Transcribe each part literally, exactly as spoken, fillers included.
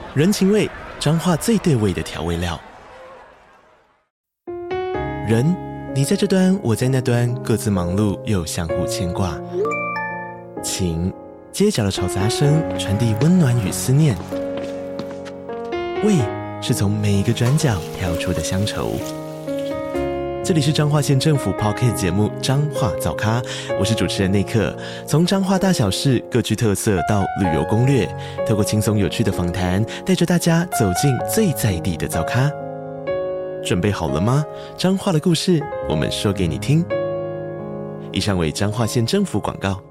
人情味，彰化最对味的调味料。人，你在这端，我在那端，各自忙碌又相互牵挂。情，街角的吵杂声传递温暖与思念。味，是从每一个转角跳出的乡愁。这里是彰化县政府 Podcast 节目《彰化早咖》，我是主持人内克。从彰化大小事各具特色到旅游攻略，透过轻松有趣的访谈，带着大家走进最在地的早咖。准备好了吗？彰化的故事，我们说给你听。以上为彰化县政府广告。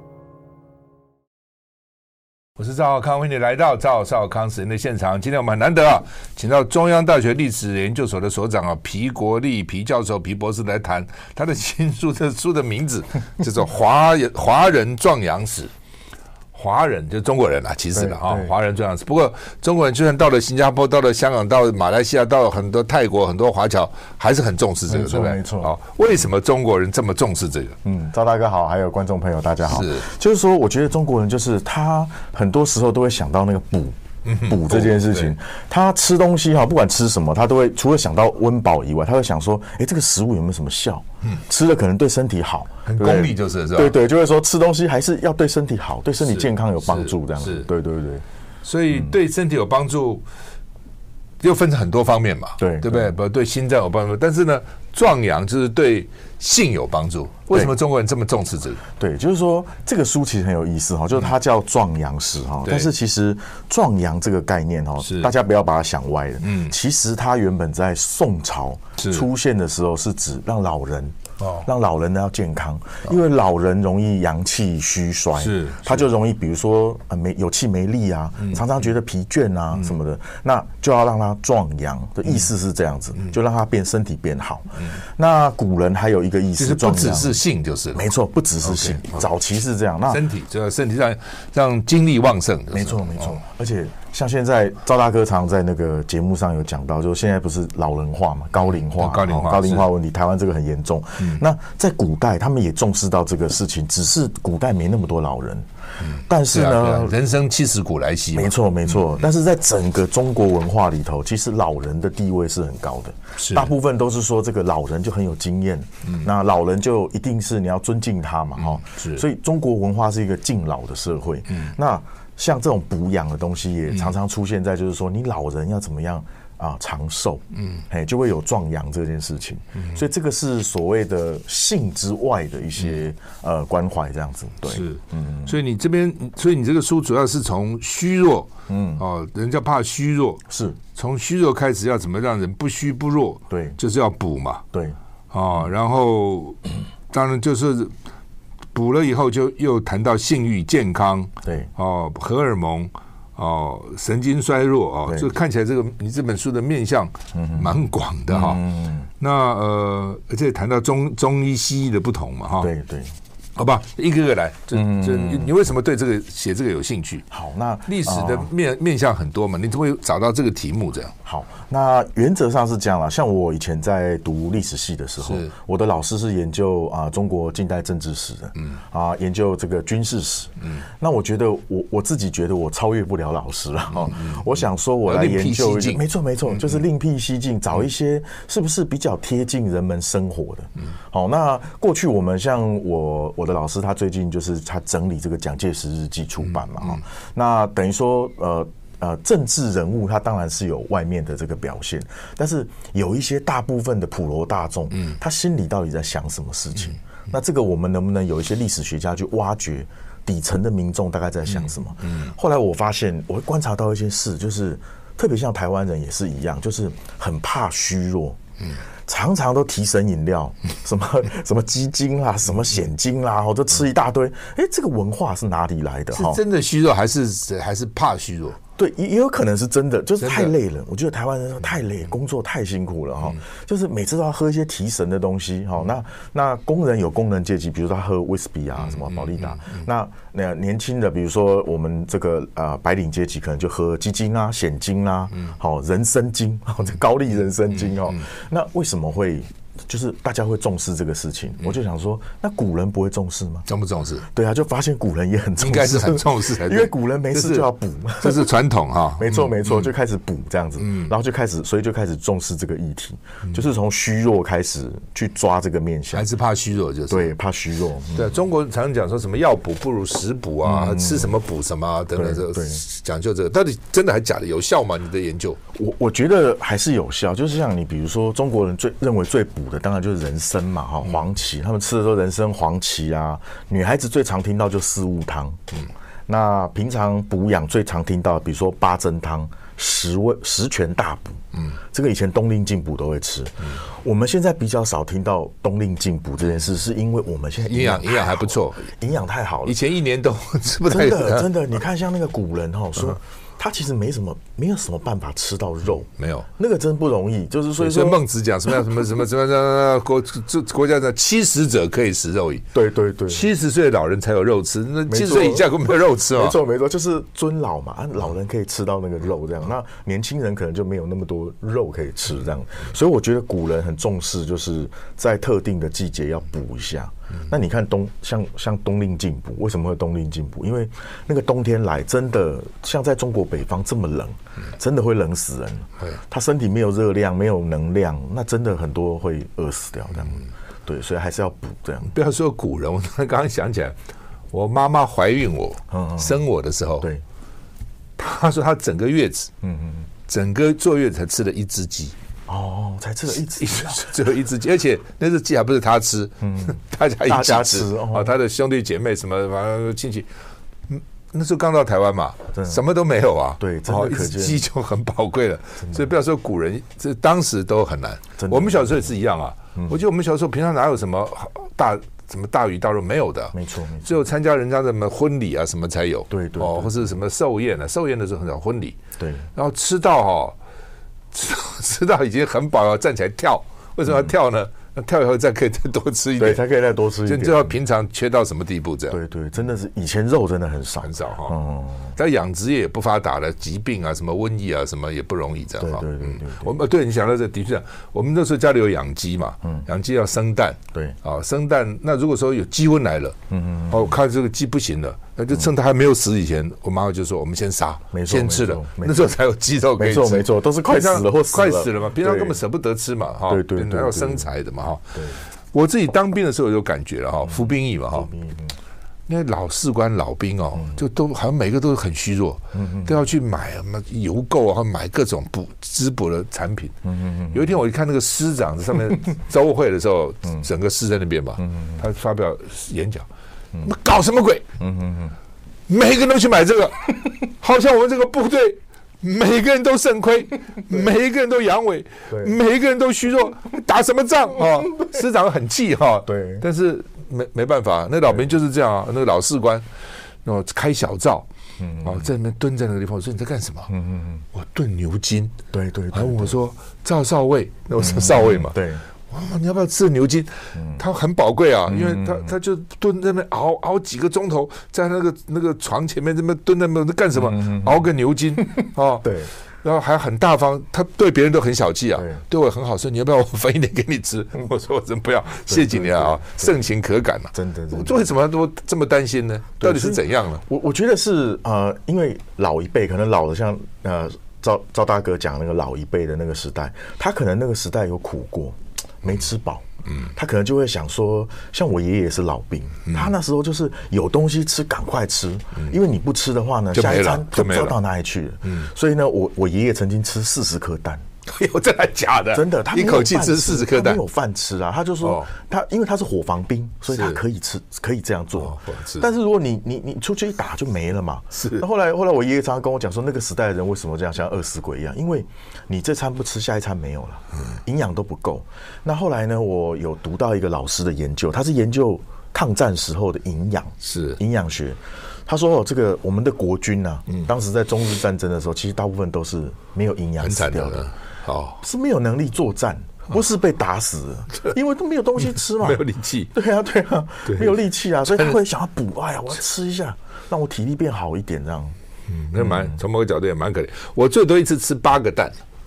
我是赵少康，欢迎你来到赵少康时间的现场。今天我们很难得啊，请到中央大学历史研究所的所长啊皮国立皮教授皮博士来谈他的新书，这书的名字叫做《华人华人壮阳史》。华人就是中国人啦，其实了哈，华人这样子。不过中国人就算到了新加坡、到了香港、到了马来西亚、到了很多泰国、很多华侨，还是很重视这个，对不对？ 没错。 好，为什么中国人这么重视这个？ 嗯，赵大哥好，还有观众朋友大家好。 是， 就是说，我觉得中国人就是他很多时候都会想到那个补。补这件事情，他吃东西哈，不管吃什么，他都会除了想到温饱以外，他会想说，哎，这个食物有没有什么效？嗯，吃了可能对身体好， 很功利就是是吧？ 对对，就会说吃东西还是要对身体好，对身体健康有帮助这样子。对对对， 所以对身体有帮助，又分成很多方面嘛， 对对不对？不对心脏有帮助，但是呢，壮阳就是对性有帮助。为什么中国人这么重视这个？ 对，就是说这个书其实很有意思哈，就是它叫壮阳史哈，但是其实壮阳这个概念哈，大家不要把它想歪了。嗯，其实它原本在宋朝出现的时候是指让老人。哦，让老人呢要健康，因为老人容易阳气虚衰，是他就容易比如说呃没有气没力啊，嗯、常常觉得疲倦啊、嗯、什么的，那就要让他壮阳的意思是这样子，嗯、就让他变身体变好。嗯、那古人还有一个意思， 就是不只是性，就是没错，不只是性， okay, okay. 早期是这样。那身体就身体上让精力旺盛， 没错没错，哦、而且。像现在赵大哥常在那个节目上有讲到，就是现在不是老人化嘛，高龄化， 高龄化， 高龄化问题，台湾这个很严重。嗯、那在古代，他们也重视到这个事情，只是古代没那么多老人。嗯、但是呢， 啊啊、人生七十古来稀， 没错没错。嗯、但是在整个中国文化里头，其实老人的地位是很高的，是大部分都是说这个老人就很有经验，嗯、那老人就一定是你要尊敬他嘛，哈、嗯。是，所以中国文化是一个敬老的社会。嗯，那。像这种补养的东西也常常出现在，就是说你老人要怎么样啊长寿，嗯，嘿，就会有壮阳这件事情，嗯，所以这个是所谓的性之外的一些、嗯、呃关怀这样子，对， 是，嗯，所以你这边，所以你这个书主要是从虚弱，嗯，哦，人家怕虚弱， 是从虚弱开始，要怎么让人不虚不弱， 对， 就是要补嘛， 对， 哦，然后当然就是。补了以后，就又谈到性欲、健康， 对哦，荷尔蒙哦，神经衰弱哦，就看起来这个你这本书的面向蛮广的哈、哦。嗯、那呃，而且谈到中中医、西医的不同嘛哈。 对对。 好吧，一个个来。就就你为什么对这个写这个有兴趣？ 好，那历史的面、呃、面向很多嘛，你怎么会找到这个题目这样？ 好，那原则上是这样啦。像我以前在读历史系的时候，我的老师是研究啊、呃、中国近代政治史的，嗯啊研究这个军事史，嗯。那我觉得我我自己觉得我超越不了老师了哈、嗯嗯。我想说我来研究一下，没错没错，就是另辟蹊径，找一些是不是比较贴近人们生活的。嗯。好，那过去我们像我我的老师他最近就是他整理这个蒋介石日记出版嘛，哈、嗯嗯，那等于说呃呃政治人物他当然是有外面的这个表现，但是有一些大部分的普罗大众，嗯，他心里到底在想什么事情？嗯、那这个我们能不能有一些历史学家去挖掘底层的民众大概在想什么？嗯，嗯后来我发现我会观察到一件事，就是特别像台湾人也是一样，就是很怕虚弱，嗯。常常都提神饮料，什么什么鸡精啦，什么鲜精啦，或者吃一大堆。哎，这个文化是哪里来的？ 是真的虚弱，还是还是怕虚弱？ 对，也有可能是真的，就是太累了。我觉得台湾人太累，工作太辛苦了哈、嗯，就是每次都要喝一些提神的东西哈。那那工人有工人阶级，比如说他喝威士忌啊，什么保利达。嗯嗯嗯、那那年轻的，比如说我们这个呃白领阶级，可能就喝鸡精啊、鲜精啊，好、嗯、人参精，这高丽人参精哦、嗯嗯。那为什么会？ 就是大家会重视这个事情，嗯、我就想说，那古人不会重视吗？ 重不重视？ 对啊，就发现古人也很重视， 应该是很重视才对， 因为古人没事就要补， 这是传统哈。 没错没错，就开始补这样子，嗯、然后就开始，所以就开始重视这个议题，嗯、就是从虚弱开始去抓这个面向， 还是怕虚弱就是对，怕虚弱。 嗯、对，中国常常讲说什么药补不如食补啊，嗯、吃什么补什么啊等等，这讲究这个，到底真的还假的？有效吗？你的研究？ 我我觉得还是有效，就是像你比如说中国人最认为最补的，当然就是人参嘛，哈，黄芪，他们吃的时候人参、黄芪啊。女孩子最常听到就四物汤，嗯，那平常补养最常听到，比如说八珍汤、十味十全大补，嗯，这个以前冬令进补都会吃，嗯，我们现在比较少听到冬令进补这件事，是因为我们现在营养营养还不错， 营养太好了， 以前一年都吃不太真的真的，你看像那个古人哈说。他其实没什么，没有什么办法吃到肉， 没有那个真不容易。就是所以说， 孟子讲什么样什么什么什么什么国国家的七十者可以食肉矣。 对对对， 七十岁的老人才有肉吃，那七十岁以下根本没有肉吃嘛。 没错没错，就是尊老嘛，老人可以吃到那个肉这样，那年轻人可能就没有那么多肉可以吃这样。所以我觉得古人很重视，就是在特定的季节要补一下。那你看冬像像冬令进补，为什么会冬令进补？因为那个冬天来，真的像在中国北方这么冷，真的会冷死人。他身体没有热量，没有能量，那真的很多会饿死掉这样。对，所以还是要补这样。 不要说古人，我刚刚想起来，我妈妈怀孕我、嗯、生我的时候，对，她说她整个月子，嗯嗯，整个坐月子才吃了一只鸡。 哦，才吃了一只， 只有一只鸡，而且那只鸡还不是他吃，嗯，大家一起吃，哦，他的兄弟姐妹什么反正亲戚，嗯，那时候刚到台湾嘛，什么都没有啊， 对，真的可见， 一只鸡就很宝贵了，所以不要说古人，这当时都很难，我们小时候也是一样啊，嗯、我记得我们小时候平常哪有什么大什么大鱼大肉没有的， 没错，没错， 只有参加人家什么婚礼啊什么才有， 对 对, 对， 哦，或是什么寿宴啊，寿宴的时候很少婚礼， 对， 然后吃到哈、哦。吃到已经很饱了，站起来跳，为什么要跳呢？那跳以后再可以再多吃一点， 对，才可以再多吃一点。 就知道平常缺到什么地步这样。 对对，真的是以前肉真的很少很少哈。嗯，但养殖业也不发达了，疾病啊、什么瘟疫啊、什么也不容易这样哈。 对对对对， 我们对你想到这的确，我们那时候家里有养鸡嘛，嗯，养鸡要生蛋， 对啊，生蛋。那如果说有鸡瘟来了，嗯嗯，哦，看这个鸡不行了。那就趁它还没有死以前，我妈妈就说：“我们先杀，先吃了，那时候才有鸡肉可以吃。” 没错，没错，都是快死了或死了，快死了嘛，平常根本舍不得吃嘛，哈， 对对， 还要生财的嘛，哈。我自己当兵的时候有感觉了哈，服兵役嘛哈，那老士官老兵哦，就都好像每个都很虚弱，都要去买什么邮购啊，买各种补滋补的产品。有一天我一看那个师长在上面周会的时候，整个师在那边嘛，他发表演讲。搞什么鬼？嗯嗯嗯，每个人都去买这个，好像我们这个部队每个人都肾亏，每一个人都阳痿，每一个人都虚弱，打什么仗啊？师长很气哈， 对， 但是没没办法，那老兵就是这样啊，那个老士官，哦，开小灶，哦，在那边蹲在那个地方，我说你在干什么？嗯嗯嗯，我炖牛筋， 对对， 然后我说赵少尉，那我是少尉嘛， 对。 哇，你要不要吃牛筋？它很宝贵啊，因为他他就蹲在那边熬熬几个钟头，在那个那个床前面这边蹲在那边干什么？熬个牛筋哦， 对， 然后还很大方，他对别人都很小气啊，对我很好，说你要不要我分一点给你吃？我说我真不要，谢谢你啊，盛情可感啊， 真的， 为什么都这么担心呢？到底是怎样呢？ 我我觉得是呃，因为老一辈可能老的像呃赵赵大哥讲那个老一辈的那个时代，他可能那个时代有苦过。没吃饱，嗯，他可能就会想说，像我爷爷是老兵，嗯、他那时候就是有东西吃赶快吃，嗯、因为你不吃的话呢，下一餐就不知道到哪里去了。嗯，所以呢，我我爷爷曾经吃四十颗蛋。 有这还假的？ 真的，他一口气吃四十颗蛋， 他没有饭吃啊。他就说，他因为他是伙房兵，所以他可以吃，可以这样做。但是如果你你你出去一打就没了嘛。 是。 那后来后来我爷爷常常跟我讲说，那个时代的人为什么这样像饿死鬼一样？因为你这餐不吃，下一餐没有了，营养都不够。那后来呢，我有读到一个老师的研究，他是研究抗战时候的营养， 是营养学。他说：“哦，这个我们的国军啊，嗯、当时在中日战争的时候，其实大部分都是没有营养死掉的。”哦，是没有能力作战，不是被打死的，因为都没有东西吃嘛， 没有力气。 对啊，对啊，没有力气啊，所以他会想要补。哎呀，我要吃一下，让我体力变好一点，这样。 嗯，那蛮从某个角度也蛮可怜。我最多一次吃八个蛋。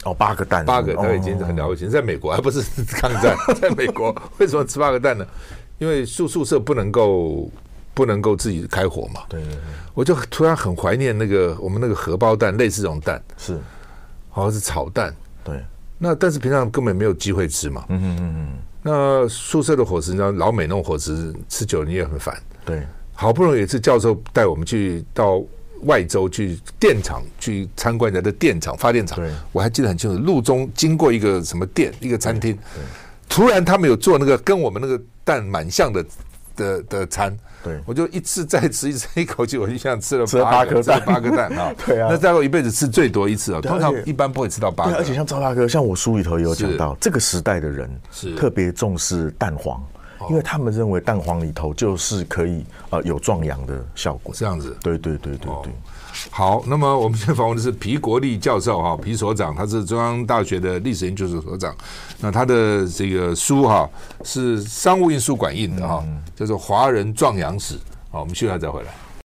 哦，八个蛋， 八个他已经很了不起。在美国还不是抗战，在美国为什么吃八个蛋呢？因为宿宿舍不能够不能够自己开火嘛。 对对对，我就突然很怀念那个我们那个荷包蛋，类似这种蛋， 是好像是炒蛋。 对， 那但是平常根本没有机会吃嘛。 嗯嗯嗯嗯。 那宿舍的伙食，你知道老美那种伙食吃久了你也很烦。 对， 好不容易有一次教授带我们去到外州去电厂去参观人家的电厂发电厂，我还记得很清楚，路中经过一个什么店一个餐厅，突然他们有做那个跟我们那个蛋蛮像的的的餐。对，我就一次再吃一次，一口气我就像吃了八个蛋，八个蛋啊！对啊，那大概我一辈子吃最多一次啊，通常一般不会吃到八个。 而且像赵大哥，像我书里头也有讲到，这个时代的人是特别重视蛋黄，因为他们认为蛋黄里头就是可以呃有壮阳的效果。 这样子， 对对对对对。 好，那么我们现在访问的是皮国立教授哈，皮所长，他是中央大学的历史研究所所长。那他的这个书哈是商务印书馆印的哈，叫做《华人壮阳史》。好，我们休息再回来。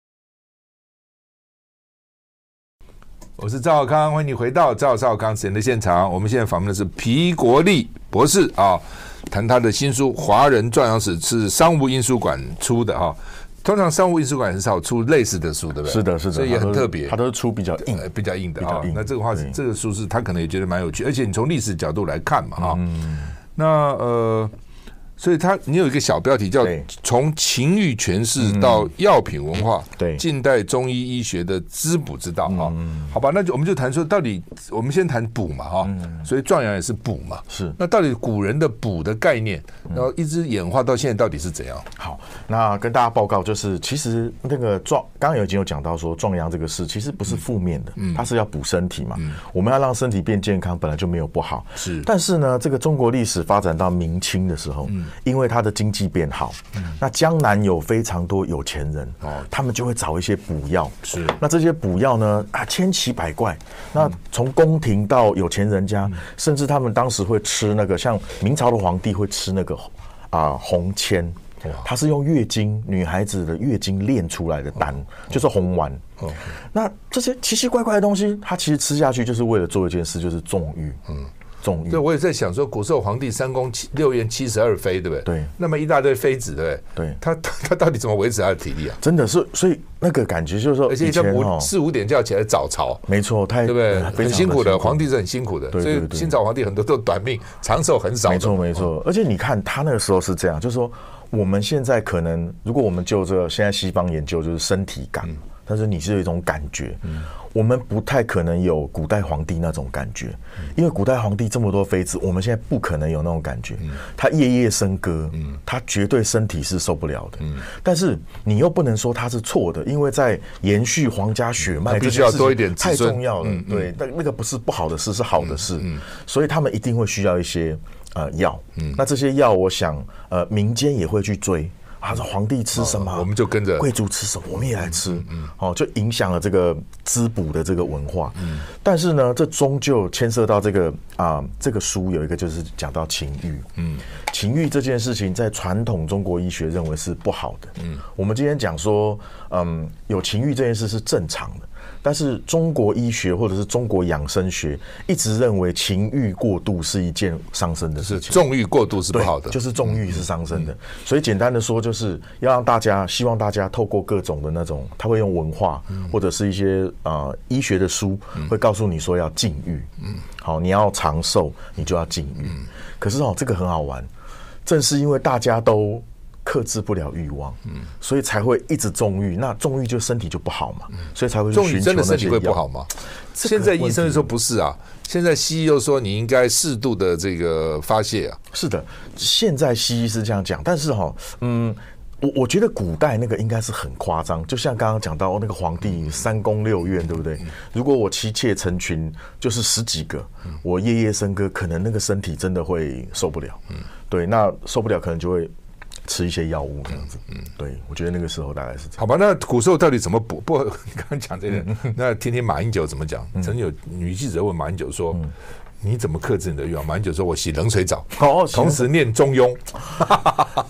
我是赵少康，欢迎你回到赵少康实验的现场。我们现在访问的是皮国立博士啊，谈他的新书《华人壮阳史》，是商务印书馆出的哈。通常商务印书馆很少出类似的书，对不对？ 是的，是的， 所以也很特别。 它都是出比较硬、 比较硬的啊。那这个话，这个书是他可能也觉得蛮有趣，而且你从历史角度来看嘛，哈、嗯。那呃，所以他你有一个小标题叫“从情欲诠释到药品文化，对近代中医医学的滋补之道”啊、嗯。好吧，那就我们就谈说，到底我们先谈补嘛，哈、嗯。所以壮阳也是补嘛，是。那到底古人的补的概念，然后一直演化到现在，到底是怎样？ 好。那跟大家报告，就是其实那个壮，刚刚已经有讲到说壮阳这个事，其实不是负面的，嗯、它是要补身体嘛、嗯。我们要让身体变健康，本来就没有不好。是，但是呢，这个中国历史发展到明清的时候，嗯、因为它的经济变好，嗯、那江南有非常多有钱人，哦，他们就会找一些补药。是，那这些补药呢，啊，千奇百怪。那从宫廷到有钱人家，嗯、甚至他们当时会吃那个，像明朝的皇帝会吃那个啊、呃、红铅。它是用月经女孩子的月经炼出来的丹，就是红丸。那这些奇奇怪怪的东西，它其实吃下去就是为了做一件事，就是纵欲。嗯，纵欲。 对，我也在想说，古时候皇帝三宫六院七十二妃，对不对？对。那么一大堆妃子，对不对？对。他他到底怎么维持他的体力啊？ 真的是，所以那个感觉就是说， 而且像五四五点就要起来早朝， 没错，太对不对？很辛苦的，皇帝是很辛苦的，所以清朝皇帝很多都短命，长寿很少。 没错没错，而且你看他那个时候是这样，就是说。我们现在可能，如果我们就这个现在西方研究就是身体感，嗯、但是你是有一种感觉，嗯、我们不太可能有古代皇帝那种感觉，嗯、因为古代皇帝这么多妃子，我们现在不可能有那种感觉。嗯、他夜夜笙歌，嗯、他绝对身体是受不了的。嗯、但是你又不能说他是错的，因为在延续皇家血脉， 必须要多一点太重要了。嗯、对，那那个不是不好的事，是好的事，嗯嗯、所以他们一定会需要一些。呃，药，嗯，那这些药，我想，呃，民间也会去追啊，说皇帝吃什么， 哦、我们就跟着； 贵族吃什么，我们也来吃，嗯，嗯哦，就影响了这个滋补的这个文化。嗯，但是呢，这终究牵涉到这个啊、呃，这个书有一个就是讲到情欲，嗯，情欲这件事情在传统中国医学认为是不好的，嗯，我们今天讲说，嗯，有情欲这件事是正常的。但是中国医学或者是中国养生学一直认为情欲过度是一件伤身的事情， 纵欲过度是不好的， 就是纵欲是伤身的。嗯、所以简单的说，就是要让大家，希望大家透过各种的那种，他会用文化、嗯、或者是一些呃医学的书，嗯、会告诉你说要禁欲，嗯，好，你要长寿，你就要禁欲。嗯、可是哦，这个很好玩，正是因为大家都。克制不了欲望，嗯，所以才会一直纵欲。那纵欲就身体就不好嘛，嗯、所以才会去寻求那些药。 真的身体会不好吗？现在医生说不是啊，现在西医又说你应该适度的这个发泄啊。 是的，现在西医是这样讲，但是哈，嗯，我我觉得古代那个应该是很夸张，就像刚刚讲到那个皇帝三宫六院，对不对？如果我妻妾成群，就是十几个，我夜夜笙歌，可能那个身体真的会受不了。嗯，对，那受不了可能就会。吃一些药物这样子，嗯，对，我觉得那个时候大概是这样。 好吧，那古时候到底怎么补？不，你刚刚讲这个，嗯、那听听马英九怎么讲。嗯、曾经有女记者问马英九说：“嗯、你怎么克制你的欲望？”马英九说：“我洗冷水澡，哦、同时念中庸。”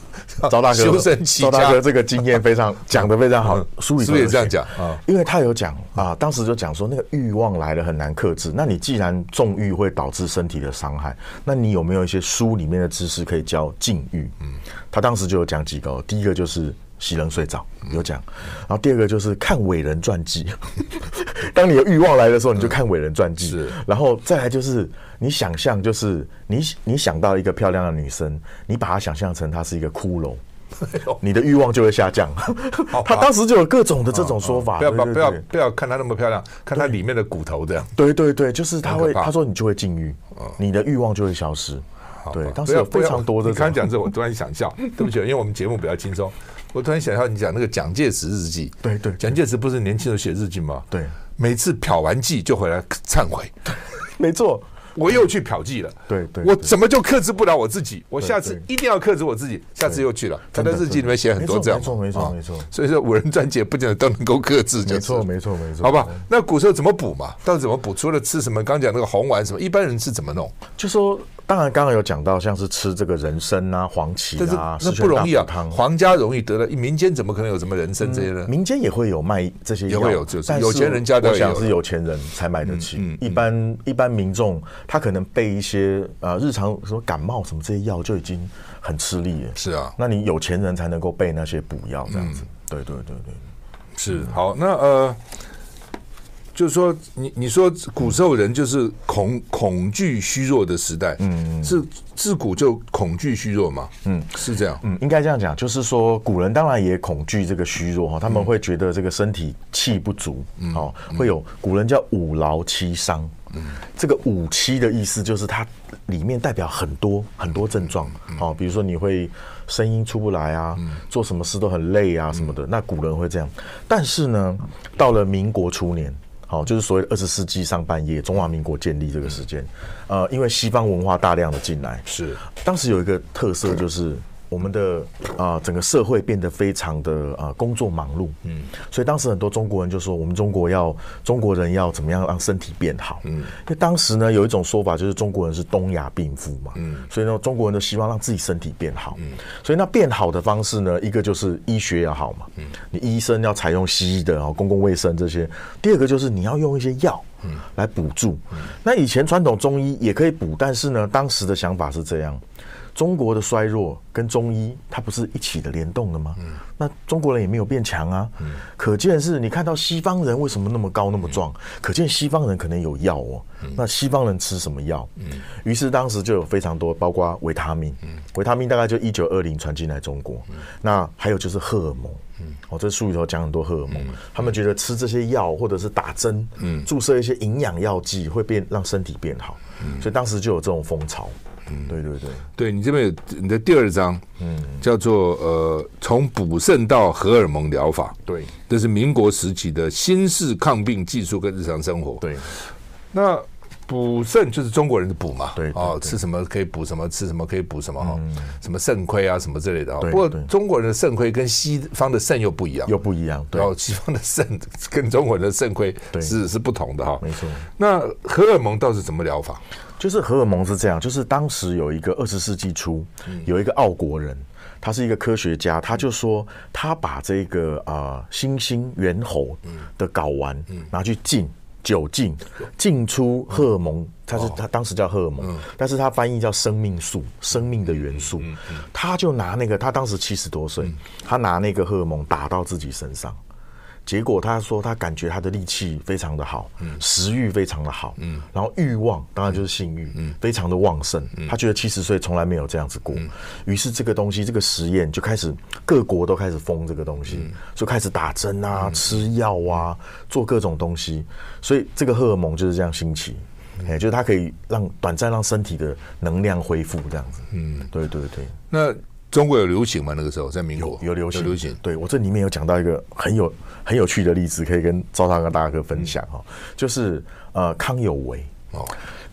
赵大哥修身齐家， 赵大哥这个经验非常讲得非常好，书里书也这样讲啊， 因为他有讲啊，当时就讲说那个欲望来了很难克制，那你既然纵欲会导致身体的伤害，那你有没有一些书里面的知识可以教禁欲？嗯，他当时就有讲几个，第一个就是洗冷水澡，有讲，然后第二个就是看伟人传记，当你有欲望来的时候，你就看伟人传记，是，然后再来就是你想象，就是你你想到一个漂亮的女生，你把她想象成她是一个骷髅。你的欲望就会下降。他当时就有各种的这种说法， 不要不要不要看她那么漂亮，看她里面的骨头这样。 对对对，就是他会，他说你就会禁欲，你的欲望就会消失。对，当时有非常多的。 你刚讲这，我突然想笑，对不起，因为我们节目比较轻松，我突然想到你讲那个蒋介石日记。 对对， 蒋介石不是年轻的写日记吗？ 对， 每次嫖完妓就回来忏悔。 没错。 我又去嫖妓了， 对对， 我怎么就克制不了我自己？我下次一定要克制我自己，下次又去了。他在日记里面写很多这样， 没错没错没错。 所以说，五人专辑不见得都能够克制， 没错没错没错。 好吧，那古时候怎么补嘛？到底怎么补？除了吃什么？刚讲那个红丸什么，一般人是怎么弄？ 就说，当然刚刚有讲到，像是吃这个人参啊、黄芪啊， 那不容易啊。皇家容易得了，民间怎么可能有什么人参这些呢？ 民间也会有卖这些药， 也会有，就是有钱人家的， 我想是有钱人才买得起。一般一般民众他可能备一些呃日常什么感冒什么这些药就已经很吃力了。 是啊， 那你有钱人才能够备那些补药这样子。对对对对， 是好。那呃。就是说，你你说古时候人就是恐恐惧虚弱的时代，嗯，是自古就恐惧虚弱吗？嗯，是这样， 嗯，应该这样讲，就是说古人当然也恐惧这个虚弱哈，他们会觉得这个身体气不足，嗯，哦，会有古人叫五劳七伤，嗯，这个五七的意思就是它里面代表很多很多症状，哦，比如说你会声音出不来啊，做什么事都很累啊什么的，那古人会这样，但是呢，到了民国初年。好，就是所谓的二十世纪上半叶，中华民国建立这个时间，呃，因为西方文化大量的进来， 是当时有一个特色，就是我们的啊、呃、整个社会变得非常的啊、呃、工作忙碌，嗯，所以当时很多中国人就说，我们中国要中国人要怎么样让身体变好，嗯，因为当时呢有一种说法就是中国人是东亚病夫嘛，嗯，所以呢中国人都希望让自己身体变好，嗯，所以那变好的方式呢，一个就是医学要好嘛，嗯，你医生要采用西医的哦，公共卫生这些，第二个就是你要用一些药。嗯，来补助。嗯、那以前传统中医也可以补，但是呢，当时的想法是这样：中国的衰弱跟中医它不是一起的联动的吗？嗯，那中国人也没有变强啊。嗯，可见是你看到西方人为什么那么高那么壮？嗯、可见西方人可能有药哦。嗯、那西方人吃什么药？嗯，于是当时就有非常多，包括维他命。嗯，维他命大概就一九二零传进来中国。嗯、那还有就是荷尔蒙。嗯，哦，这书里头讲很多荷尔蒙，嗯、他们觉得吃这些药或者是打针，嗯，注射一些营养药剂会变让身体变好，嗯，所以当时就有这种风潮。嗯，对对对， 对你这边有你的第二章，嗯，叫做呃从补肾到荷尔蒙疗法， 对， 这是民国时期的新式抗病技术跟日常生活， 对， 那。补肾就是中国人的补嘛， 对哦，吃什么可以补什么，吃什么可以补什么哈，嗯、什么肾亏啊什么之类的啊。不过中国人的肾亏跟西方的肾又不一样， 又不一样。 然后西方的肾跟中国人的肾亏是是不同的哈。 没错。 那荷尔蒙倒是怎么疗法？ 就是荷尔蒙是这样，就是当时有一个二十世纪初，嗯、有一个奥国人，他是一个科学家，他就说他把这个啊猩猩猿猴的睾丸拿去浸。酒浸浸出荷尔蒙，它是它当时叫荷尔蒙，但是它翻译叫生命素，生命的元素。他就拿那个，他当时七十多岁，他拿那个荷尔蒙打到自己身上，结果他说他感觉他的力气非常的好，食欲非常的好，然后欲望当然就是性欲，非常的旺盛。他觉得七十岁从来没有这样子过，于是这个东西这个实验就开始各国都开始封这个东西，就开始打针啊、吃药啊、做各种东西，所以这个荷尔蒙就是这样兴起。哎，就是它可以让短暂让身体的能量恢复这样子。嗯，对对对。 那中国有流行吗？那个时候在民国有, 有流行， 有流行。 对，我这里面有讲到一个很有很有趣的例子，可以跟赵大哥大哥分享哈，就是呃康有为哦，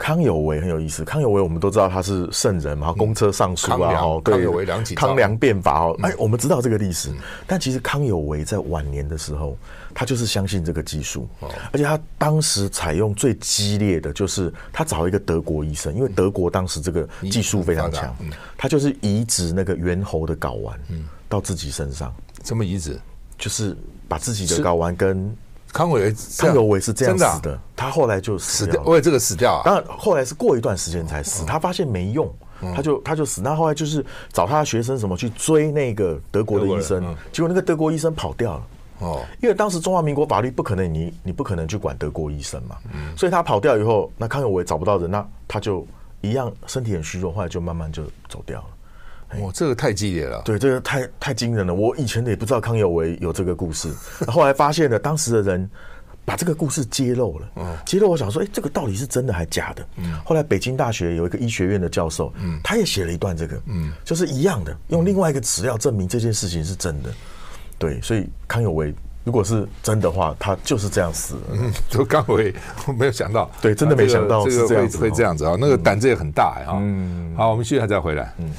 康有为很有意思，康有为我们都知道他是圣人嘛，公车上书啊， 哦，康有为梁启超， 康梁变法哦，哎，我们知道这个历史，但其实康有为在晚年的时候，他就是相信这个技术，而且他当时采用最激烈的就是他找一个德国医生，因为德国当时这个技术非常强，他就是移植那个猿猴的睾丸到自己身上。 什么移植？ 就是把自己的睾丸跟康有为康有为是这样死的，他后来就死掉了， 为这个死掉啊。 当然后来是过一段时间才死，他发现没用，他就他就死。那后来就是找他的学生什么去追那个德国的医生，结果那个德国医生跑掉了。哦，因为当时中华民国法律不可能，你你不可能去管德国医生嘛，所以他跑掉以后，那康有为找不到人，那他就一样身体很虚弱，后来就慢慢就走掉了。 哇，这个太激烈了！ 对，这个太太惊人了。我以前也不知道康有为有这个故事，后来发现了当时的人把这个故事揭露了。嗯，揭露我想说，哎、欸，这个到底是真的还假的？嗯，后来北京大学有一个医学院的教授，嗯，他也写了一段这个，嗯，就是一样的，用另外一个资料证明这件事情是真的。对，所以康有为如果是真的话，他就是这样死了。嗯， 就康有为我没有想到， 对，真的没想到是这样子、 这个、会, 会这样子啊，那个胆子也很大哈、嗯。好，我们继续再回来。嗯。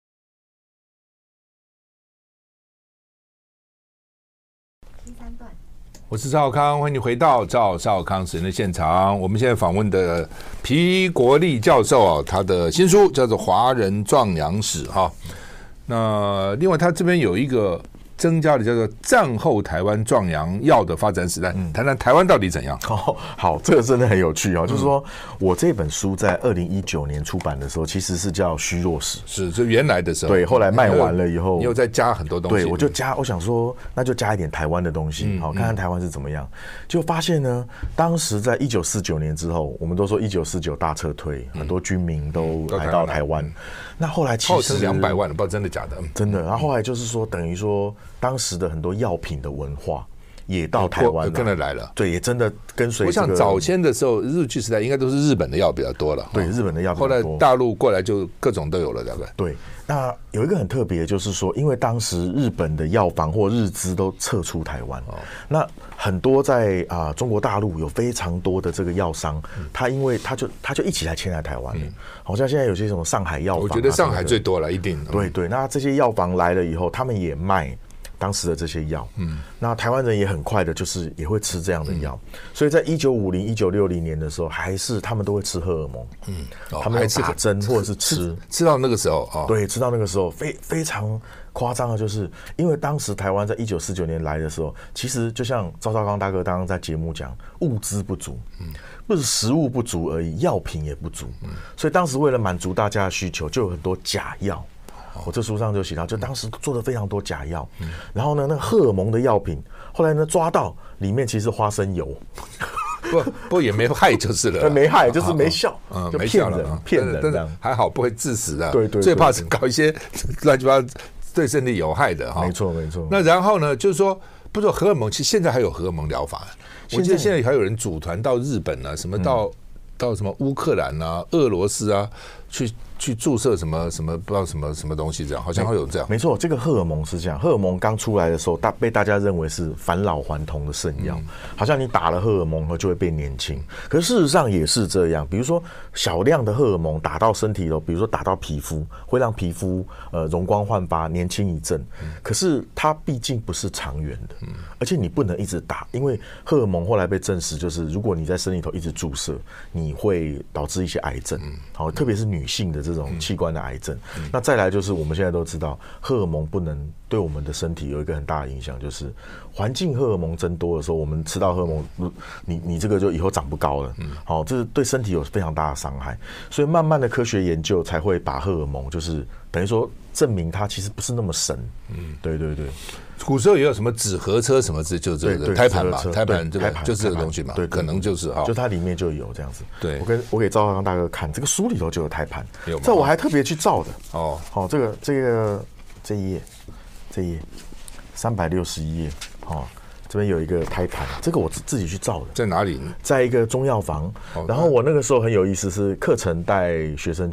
我是赵少康，欢迎你回到赵少康时间的现场。我们现在访问的皮国立教授啊，他的新书叫做《华人壮阳史》哈。那另外他这边有一个增加的叫做战后台湾壮阳药的发展史，来谈谈台湾到底怎样。 哦，好，这个真的很有趣哦。嗯、就是说我这本书在二零一九年出版的时候，其实是叫虚弱史， 是就原来的时候。 对，后来卖完了以后， 你有再加很多东西。 对，我就加，我想说那就加一点台湾的东西，好、嗯、看看台湾是怎么样。就发现呢，当时在一九四九年之后，我们都说一九四九大撤退，嗯、很多军民都来到台湾。嗯、那后来其实号称两百万了，不知道真的假的。 真的，然后后来就是说，等于说。当时的很多药品的文化也到台湾了， 跟着来了。 对，也真的跟随、这个。 我想早先的时候，日据时代应该都是日本的药比较多了。 对，日本的药比较多。 后来大陆过来就各种都有了，大概。 对，那有一个很特别，就是说，因为当时日本的药房或日资都撤出台湾，哦、那很多在啊、呃、中国大陆有非常多的这个药商，嗯、他因为他就他就一起来迁来台湾了。嗯、好像现在有些什么上海药房、啊， 我觉得上海最多了，一定。 对对，那这些药房来了以后，他们也卖。当时的这些药，嗯，那台湾人也很快的，就是也会吃这样的药，嗯、所以在一九五零、一九六零年的时候，还是他们都会吃荷尔蒙，嗯，哦、他们还打针或者是吃， 吃，吃到那个时候啊，哦、 对，吃到那个时候非非常夸张的，就是因为当时台湾在一九四九年来的时候，其实就像赵少康大哥刚刚在节目讲，物资不足，嗯，不是食物不足而已，药品也不足，嗯，所以当时为了满足大家的需求，就有很多假药。我这书上就写到，就当时做了非常多假药，嗯、然后呢，那个荷尔蒙的药品，后来呢抓到里面其实是花生油， 不不也没害就是了， 没害就是没效，嗯，就骗人骗人， 但是还好不会致死的， 对对， 最怕是搞一些乱七八糟对身体有害的哈， 没错没错。 那然后呢，就是说，不是荷尔蒙，其实现在还有荷尔蒙疗法，我记得现在还有人组团到日本啊，什么到、嗯、到什么乌克兰啊、俄罗斯啊去。去注射什么什么不知道什么什么东西，这样好像会有这样。 没错，这个荷尔蒙是这样。荷尔蒙刚出来的时候，大被大家认为是返老还童的圣药，嗯、好像你打了荷尔蒙后就会变年轻。可是事实上也是这样，比如说小量的荷尔蒙打到身体了，比如说打到皮肤，会让皮肤呃容光焕发、年轻一阵。嗯、可是它毕竟不是长远的，嗯、而且你不能一直打，因为荷尔蒙后来被证实，就是如果你在身体头一直注射，你会导致一些癌症。好、嗯，特别是女性的这种器官的癌症，嗯、那再来就是我们现在都知道，荷尔蒙不能对我们的身体有一个很大的影响，就是环境荷尔蒙增多的时候，我们吃到荷尔蒙，你你这个就以后长不高了，好、嗯，这是对身体有非常大的伤害，所以慢慢的科学研究才会把荷尔蒙，就是等于说证明它其实不是那么神，嗯，对对对。 古时候也有什么纸盒车什么字，就这个胎盘嘛，胎盘这个就是这个东西嘛， 对， 可能就是哈， 就它里面就有这样子。 对， 我跟我给赵少康大哥看，这个书里头就有胎盘，这我还特别去照的哦。好，这个这个这一页，这一页三百六十一页，哦，这边有一个胎盘，这个我自己去照的。 在哪里？ 在一个中药房。然后我那个时候很有意思，是课程带学生去。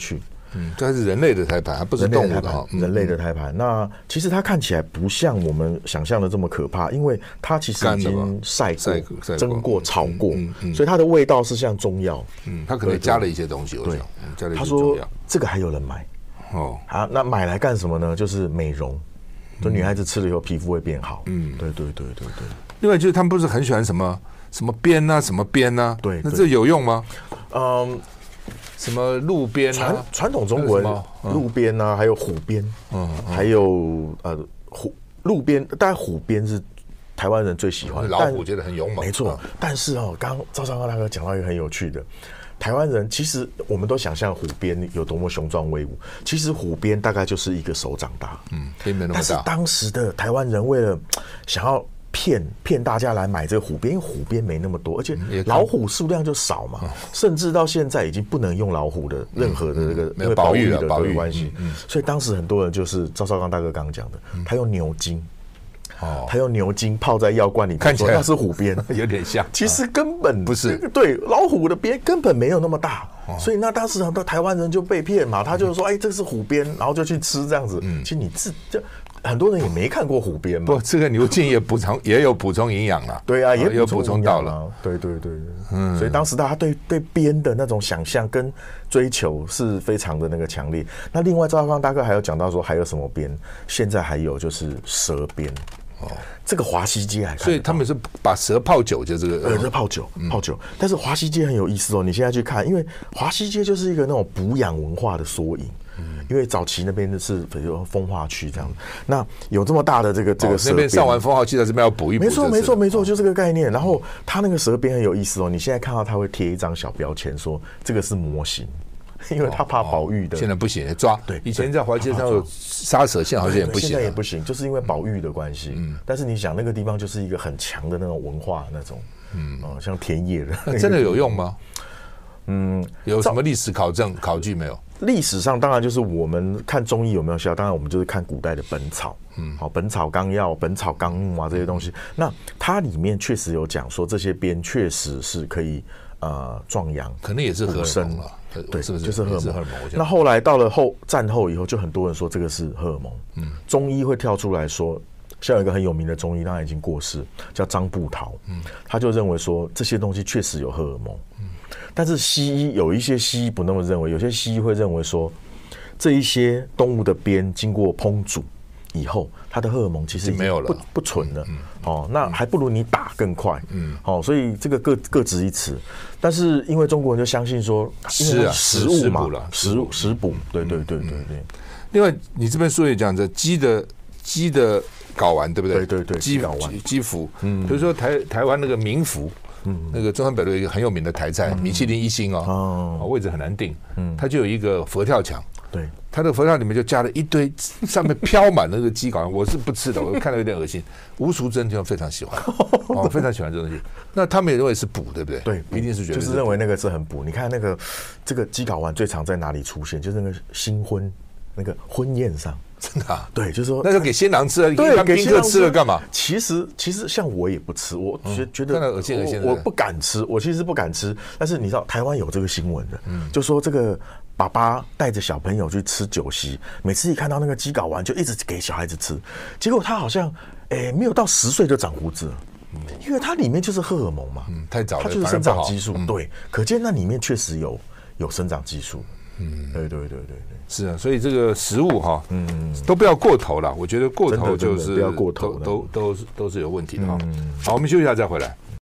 嗯，这还是人类的胎盘，还不是动物的哈。 人类的胎盘，那其实它看起来不像我们想象的这么可怕，因为它其实已经晒过、蒸过、炒过，所以它的味道是像中药。 嗯，它可能加了一些东西。对，加了一些中药。 他说这个还有人买哦，好，那买来干什么呢？就是美容，就女孩子吃了以后皮肤会变好。嗯，对对对对对。 另外就是他们不是很喜欢什么什么鞭啊，什么鞭啊？ 对， 那这有用吗？ 嗯。 什么路边啊？ 传统中国人路边啊，还有虎鞭，嗯，还有呃虎路边，当然虎鞭是台湾人最喜欢的， 老虎觉得很勇猛， 没错。但是哦，刚刚赵少康大哥讲到一个很有趣的，台湾人其实我们都想象虎鞭有多么雄壮威武，其实虎鞭大概就是一个手掌大， 嗯，没那么大。 但是当时的台湾人为了想要骗骗大家来买这个虎鞭，因为虎鞭没那么多，而且老虎数量就少嘛，甚至到现在已经不能用老虎的任何的这个因为保育的保育关系，所以当时很多人就是赵少康大哥刚刚讲的，他用牛筋。哦，他用牛筋泡在药罐里面， 看起来那是虎鞭， 有点像。 其实根本不是， 对，老虎的鞭根本没有那么大，所以那当时很多台湾人就被骗嘛，他就说，哎，这是虎鞭，然后就去吃这样子。其实你自就很多人也没看过虎鞭嘛。 不，这个牛筋也补充，也有补充营养啊。 对啊，也有补充到了。 对对对，嗯，所以当时大家对对鞭的那种想象跟追求是非常的那个强烈。那另外赵少康大哥还有讲到说还有什么鞭，现在还有就是蛇鞭。哦，这个华西街还看得到， 所以他们是把蛇泡酒，就这个呃，这泡酒泡酒。但是华西街很有意思哦，你现在去看，因为华西街就是一个那种补养文化的缩影。嗯，因为早期那边是比如风化区这样，那有这么大的这个这个蛇鞭， 那边上完风化区在这边要补一补， 没错没错没错，就这个概念。然后它那个蛇鞭很有意思哦，你现在看到它会贴一张小标签说这个是模型。因为他怕保育的， 现在不行抓。对，以前在华街上有杀蛇，现在好像也不行， 现在也不行，就是因为保育的关系。嗯，但是你想那个地方就是一个很强的那种文化，那种嗯，像田野的， 真的有用吗？嗯，有什么历史考证考据没有？ 历史上当然就是我们看中医有没有效，当然我们就是看古代的《本草》，嗯，好，《本草纲要》《本草纲目》啊这些东西，那它里面确实有讲说这些鞭确实是可以呃壮阳， 可能也是荷尔蒙了。 对， 是不是就是荷尔蒙？ 尔蒙那后来到了后战后以后，就很多人说这个是荷尔蒙。嗯，中医会跳出来说，像有一个很有名的中医，当然已经过世，叫张步陶。嗯，他就认为说这些东西确实有荷尔蒙。嗯，但是西医有一些西医不那么认为，有些西医会认为说这一些动物的鞭经过烹煮以后，它的荷尔蒙其实已经没有了， 不不纯了。嗯，哦，那还不如你打更快。嗯，哦，所以这个各各执一词。但是因为中国人就相信说， 是啊， 食物嘛，食物食补，对对对对对。 另外，你这边书也讲着鸡的鸡的睾丸，对不对？ 对对对， 鸡睾丸、鸡脯。嗯，比如说台台湾那个民福，嗯，那个中山北路有一个很有名的台菜，米其林一星哦，哦，位置很难定，嗯，它就有一个佛跳墙。 对， 它的佛跳里面就加了一堆，上面飘满那个鸡睾丸，我是不吃的，我看到有点恶心。吴淑珍就非常喜欢，哦，非常喜欢这东西。那他们也认为是补，对不对？ 对， 一定是觉得就是认为那个是很补。你看那个这个鸡睾丸最常在哪里出现？就是那个新婚那个婚宴上。 真的啊？ 对，就是说那就给新郎吃了， 对， 给宾客吃了干嘛？ 其实其实像我也不吃，我觉觉得恶心恶心， 我不敢吃，我其实不敢吃。但是你知道台湾有这个新闻的，就说这个爸爸带着小朋友去吃酒席，每次一看到那个鸡睾丸就一直给小孩子吃，结果他好像诶没有到十岁就长胡子了。因为它里面就是荷尔蒙嘛， 嗯，太早了， 它就是生长激素，对，可见那里面确实有有生长激素。嗯，对对对对对， 是啊，所以这个食物哈，嗯，都不要过头了。我觉得过头就是不要过头， 都都都是都是有问题的哈。好，我们休息一下再回来。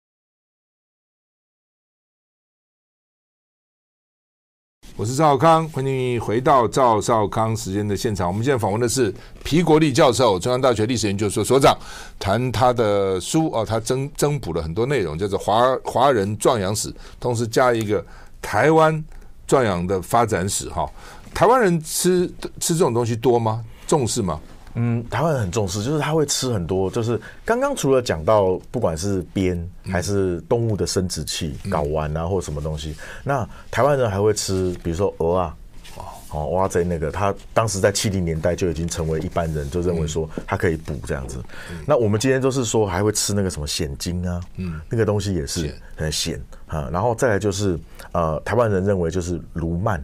我是赵少康，欢迎你回到赵少康时间的现场。我们现在访问的是皮国立教授，中央大学历史研究所所长，谈他的书哦，他增增补了很多内容，叫做华华人壮阳史，同时加一个台湾壮阳的发展史哈。台湾人吃吃这种东西多吗？重视吗？ 嗯，台湾人很重视，就是他会吃很多，就是刚刚除了讲到不管是鞭还是动物的生殖器、睾丸啊或什么东西，那台湾人还会吃，比如说鹅啊，哦，蛙贼那个，他当时在七零年代就已经成为一般人就认为说它可以补这样子。那我们今天都是说还会吃那个什么蚬精啊，嗯，那个东西也是很蚬啊，然后再来就是呃，台湾人认为就是卢曼。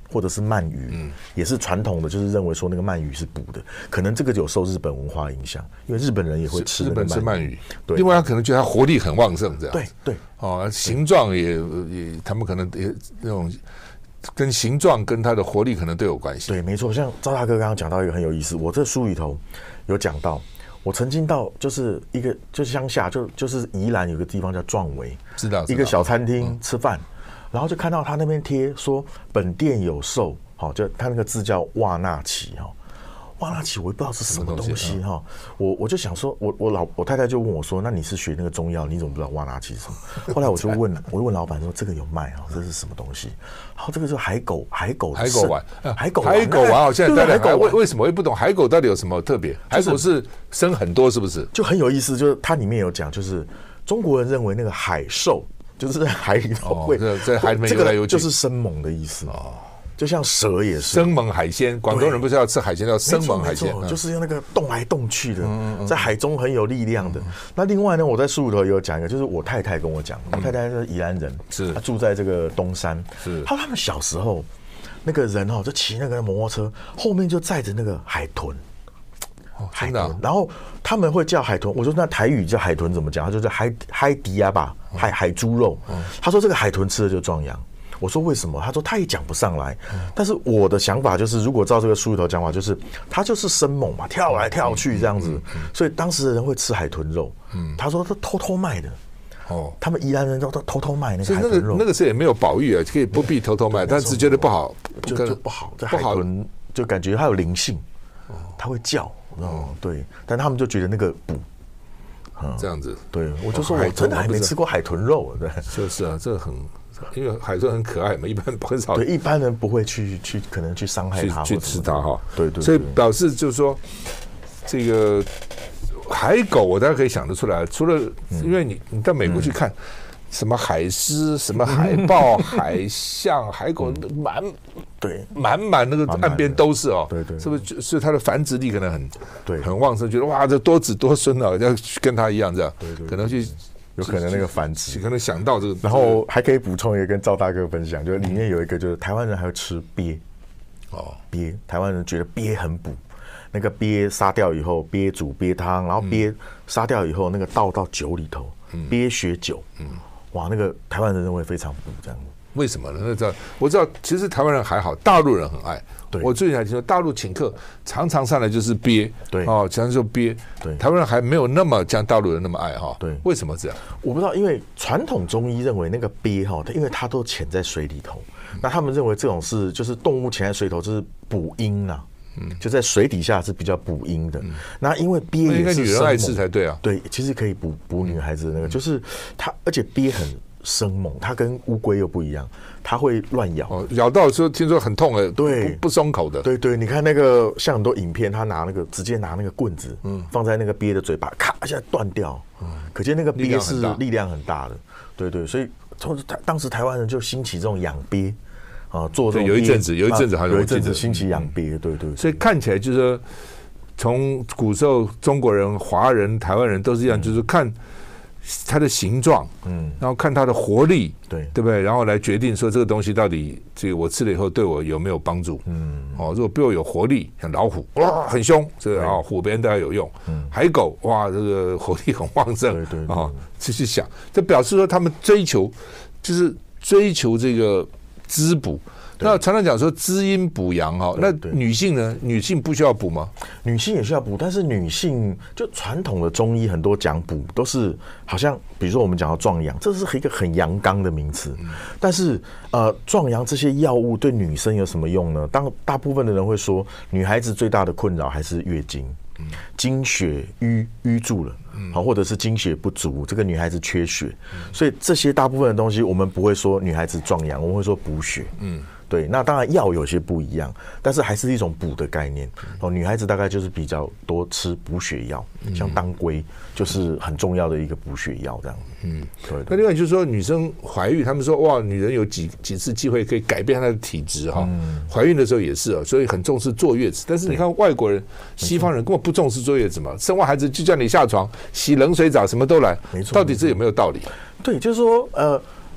或者是鳗鱼，嗯，也是传统的，就是认为说那个鳗鱼是补的，可能这个有受日本文化影响，因为日本人也会吃日本吃鳗鱼， 对， 另外他可能觉得它活力很旺盛，这样， 对对， 哦，形状也也，他们可能也那种跟形状跟它的活力可能都有关系， 对，没错，像赵大哥刚刚讲到一个很有意思，我这书里头有讲到。我曾经到就是一个就是乡下，就就是宜兰有个地方叫壮围， 知道一个小餐厅吃饭，然后就看到他那边贴说本店有售，好，就他那个字叫瓦纳奇哈，瓦纳奇我也不知道是什么东西哈，我我就想说，我我老我太太就问我说，那你是学那个中药，你怎么不知道瓦纳奇是什么？后来我就问，我就问老板说这个有卖啊，这是什么东西？好，这个是海狗海狗海狗丸， 海狗海狗丸，好，现在大家为为什么我也不懂海狗到底有什么特别？海狗是生很多是不是？ 就很有意思，就是它里面有讲，就是中国人认为那个海兽就是在海里头会在海里面游来游去， 就是生猛的意思哦。就像蛇也是生猛海鲜，广东人不是要吃海鲜叫生猛海鲜， 就是用那个动来动去的，在海中很有力量的。那另外呢，我在书里头也有讲一个，就是我太太跟我讲，我太太是宜兰人， 是她住在这个东山， 是她说他们小时候那个人哦，就骑那个摩托车，后面就载着那个海豚。 海豚， 然后他们会叫海豚，我说那台语叫海豚怎么讲？他就叫海海迪亚吧，海海猪肉。他说这个海豚吃的就壮阳。我说为什么？他说他也讲不上来。但是我的想法就是，如果照这个书里头讲法，就是他就是生猛嘛，跳来跳去这样子，所以当时的人会吃海豚肉。他说他偷偷卖的。哦，他们宜兰人都都偷偷卖那个海豚肉， 那个那个时候也没有保育啊，可以不必偷偷卖，但是觉得不好， 就就不好。这海豚就感觉它有灵性，它会叫。哦，对，但他们就觉得那个补。 这样子， 对我就说我真的还没吃过海豚肉，对， 就是啊，这个很，因为海豚很可爱嘛，一般很少， 对，一般人不会去去可能去伤害它， 去吃它哈， 对对， 所以表示就是说，这个海狗我大家可以想得出来，除了因为你你到美国去看。什么海狮、什么海豹、海象、海狗，满对满满那个岸边都是哦， 对对， 是不是？所以它的繁殖力可能很对很旺盛，觉得哇，这多子多孙啊，要跟它一样这样， 对对， 可能去有可能那个繁殖， 可能想到这个， 然后还可以补充一个跟赵大哥分享，就是里面有一个就是台湾人还会吃鳖哦，鳖，台湾人觉得鳖很补。那个鳖杀掉以后，鳖煮鳖汤，然后鳖杀掉以后，那个倒到酒里头，鳖血酒，嗯，哇，那个台湾人认为非常补，这样。 为什么呢？那知道我知道，其实台湾人还好，大陆人很爱。 对， 我最近还听说，大陆请客常常上来就是鳖， 对哦，常常说鳖。 对， 台湾人还没有那么像大陆人那么爱哈。 对， 为什么这样？ 我不知道，因为传统中医认为那个鳖哈，因为它都潜在水里头，嗯、那他们认为这种是就是动物潜在水头，就是补阴啊。嗯，就在水底下是比较补阴的。嗯、那因为鳖也是女人爱吃才对啊。 对，其实可以补补女孩子的那个，嗯、就是它，而且鳖很生猛，它跟乌龟又不一样，它会乱咬。 哦，咬到说听说很痛的， 对， 不, 不松口的。 对对，你看那个像很多影片，他拿那个直接拿那个棍子，嗯，放在那个鳖的嘴巴，咔一下断掉。嗯，可见那个鳖是力量很大的。对对，所以从当时台湾人就兴起这种养鳖。啊，做这种有一阵子，有一阵子，好像有一阵子兴起养鳖，对对。 所以看起来就是说，从古时候中国人、华人、台湾人都是一样，就是看它的形状，嗯，然后看它的活力， 对对不对？然后来决定说这个东西到底这个我吃了以后对我有没有帮助，嗯，哦，如果对我有活力，像老虎哇很凶，这个啊虎别人大概有用，嗯，海狗哇这个活力很旺盛， 对对啊，继续想，这表示说他们追求就是追求这个。滋补，那常常讲说滋阴补阳哈，那女性呢？女性不需要补吗？ 女性也需要补，但是女性就传统的中医很多讲补都是好像，比如说我们讲到壮阳，这是一个很阳刚的名词。嗯、但是呃，壮阳这些药物对女生有什么用呢？当大部分的人会说，女孩子最大的困扰还是月经。经血淤淤住了，好，或者是经血不足，这个女孩子缺血，所以这些大部分的东西，我们不会说女孩子壮阳，我们会说补血。嗯，对，那当然药有些不一样，但是还是一种补的概念。哦，女孩子大概就是比较多吃补血药，像当归就是很重要的一个补血药这样。嗯，对。 那另外就是说，女生怀孕，他们说哇，女人有几几次机会可以改变她的体质哈。嗯、怀孕的时候也是啊，所以很重视坐月子。但是你看外国人、西方人根本不重视坐月子嘛，生完孩子就叫你下床洗冷水澡，什么都来。 没错， 到底这有没有道理？ 对，就是说呃。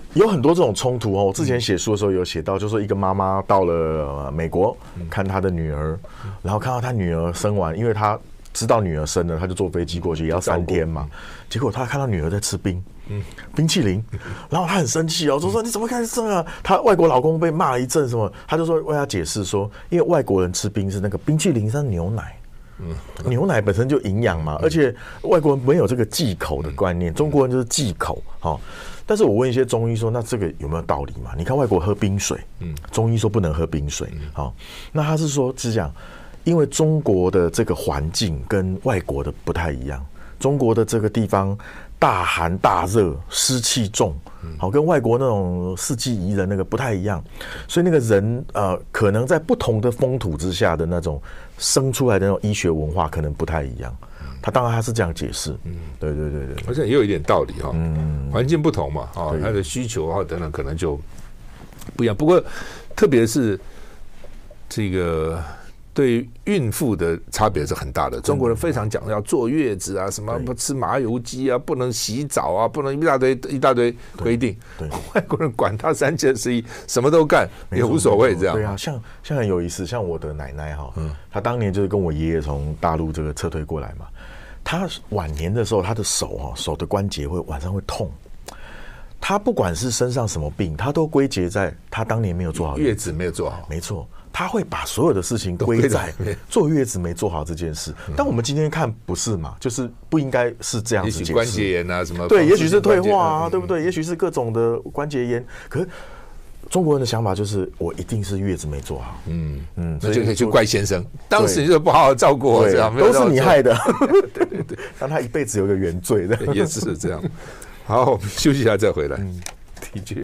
有很多这种冲突哦。我之前写书的时候有写到，就是说一个妈妈到了美国看她的女儿，然后看到她女儿生完，因为她知道女儿生了，她就坐飞机过去，也要三天嘛。结果她看到女儿在吃冰，冰淇淋，然后她很生气哦，就说你怎么开始这样？她外国老公被骂了一阵，什么？她就说为她解释说，因为外国人吃冰是那个冰淇淋是牛奶。牛奶本身就营养嘛，而且外国人没有这个忌口的观念，中国人就是忌口。好，但是我问一些中医说，那这个有没有道理嘛？你看外国喝冰水，中医说不能喝冰水。好，那他是说是讲，因为中国的这个环境跟外国的不太一样，中国的这个地方大寒大热，湿气重，好，跟外国那种四季宜人那个不太一样，所以那个人呃，可能在不同的风土之下的那种生出来的那种医学文化可能不太一样。他当然他是这样解释，嗯，对对对对， 好像也有一点道理哈，嗯，环境不同嘛，啊，他的需求啊等等可能就不一样。不过特别是这个。对孕妇的差别是很大的。中国人非常讲要坐月子啊，什么不吃麻油鸡啊，不能洗澡啊，不能一大堆一大堆规定。外国人管他三七二十一，什么都干也无所谓这样。 对啊，像像很有意思，像我的奶奶哈，嗯，她当年就是跟我爷爷从大陆这个撤退过来嘛。她晚年的时候，她的手哈手的关节会晚上会痛。她不管是身上什么病，她都归结在她当年没有做好月子没有做好。 没错。他会把所有的事情归在坐月子没做好这件事，但我们今天看不是嘛？就是不应该是这样子解释。 也许关节炎啊什么？ 对，也许是退化啊，对不对？也许是各种的关节炎。可是中国人的想法就是，我一定是月子没做好。嗯嗯，那就可以去怪先生，当时你就不好好照顾我，这样都是你害的。对对对，让他一辈子有个原罪的， 也是这样。好，我们休息一下再回来。嗯，的确。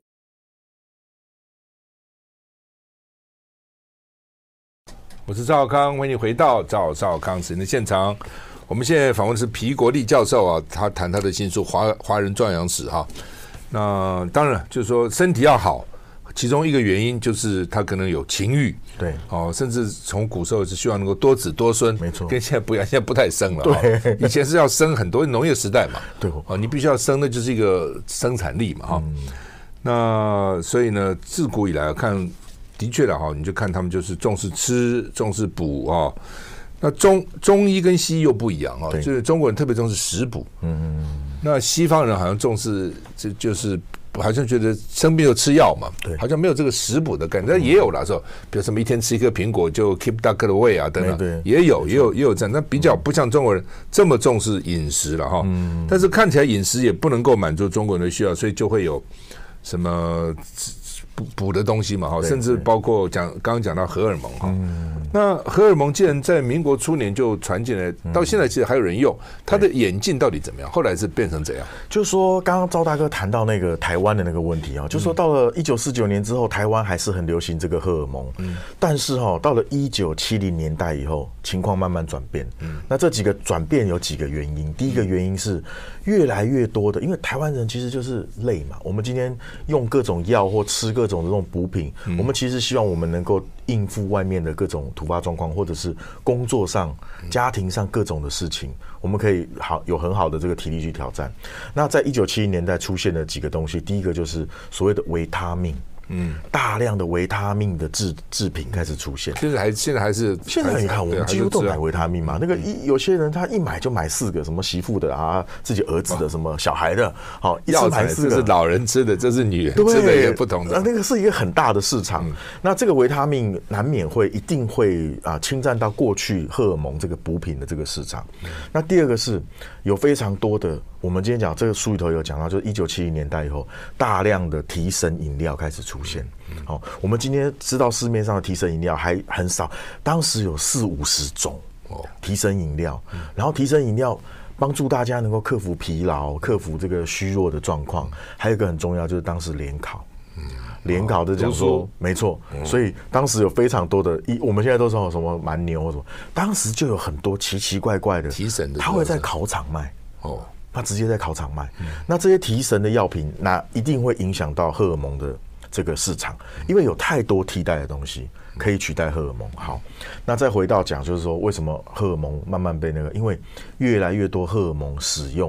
我是赵少康，欢迎你回到赵少康时间的现场。我们现在访问的是皮国立教授啊，他谈他的新书《华华人壮阳史》哈。那当然就是说身体要好，其中一个原因就是他可能有情欲， 对， 哦，甚至从古时候是希望能够多子多孙， 没错， 跟现在不一样，现在不太生了， 对， 以前是要生很多，农业时代嘛， 对， 哦，你必须要生，那就是一个生产力嘛，哈、嗯。那所以呢，自古以来看。的确了哈，你就看他们就是重视吃，重视补啊。那中中医跟西医又不一样啊，就是中国人特别重视食补，嗯，那西方人好像重视，这就是好像觉得生病就吃药嘛，对，好像没有这个食补的概念。但也有啦，说比如什么一天吃一颗苹果就 keep duck the way 啊等等，也有也有也有这样，但比较不像中国人这么重视饮食了哈。嗯，但是看起来饮食也不能够满足中国人的需要，所以就会有什么。补补的东西嘛，哈，甚至包括讲刚刚讲到荷尔蒙哈、嗯，那荷尔蒙既然在民国初年就传进来，到现在其实还有人用，它的演进到底怎么样？后来是变成怎样？ 就是说，刚刚赵大哥谈到那个台湾的那个问题啊，就是说到了一九四九年之后，台湾还是很流行这个荷尔蒙，嗯，但是哈，到了一九七零年代以后，情况慢慢转变，嗯，那这几个转变有几个原因，第一个原因是越来越多的，因为台湾人其实就是累嘛，我们今天用各种药或吃各种这种补品、嗯，我们其实希望我们能够应付外面的各种突发状况，或者是工作上、家庭上各种的事情，我们可以好有很好的这个体力去挑战。那在一九七零年代出现了几个东西，第一个就是所谓的维他命。嗯，大量的维他命的制制品开始出现。 现在还现在还是现在你看，我们几乎都买维他命嘛。那个一有些人他一买就买四个，什么媳妇的啊，自己儿子的，什么小孩的，好一次买四个。 这是老人吃的，这是女人吃的，也不同的。 那个是一个很大的市场。嗯、那这个维他命难免会一定会啊侵占到过去荷尔蒙这个补品的这个市场。嗯、那第二个是有非常多的。我们今天讲这个书里头有讲到，就是一九七零年代以后，大量的提神饮料开始出现。好、嗯，我们今天知道市面上的提神饮料还很少，当时有四五十种提神饮料，然后提神饮料帮助大家能够克服疲劳、克服这个虚弱的状况。还有一个很重要，就是当时联考。联考的讲说，没错，所以当时有非常多的，一我们现在都说什么蛮牛或什么，当时就有很多奇奇怪怪的提神的， 他会在考场卖哦。他直接在考场卖、嗯，那这些提神的药品，那一定会影响到荷尔蒙的这个市场，因为有太多替代的东西可以取代荷尔蒙。好，那再回到讲，就是说为什么荷尔蒙慢慢被那个，因为越来越多荷尔蒙使用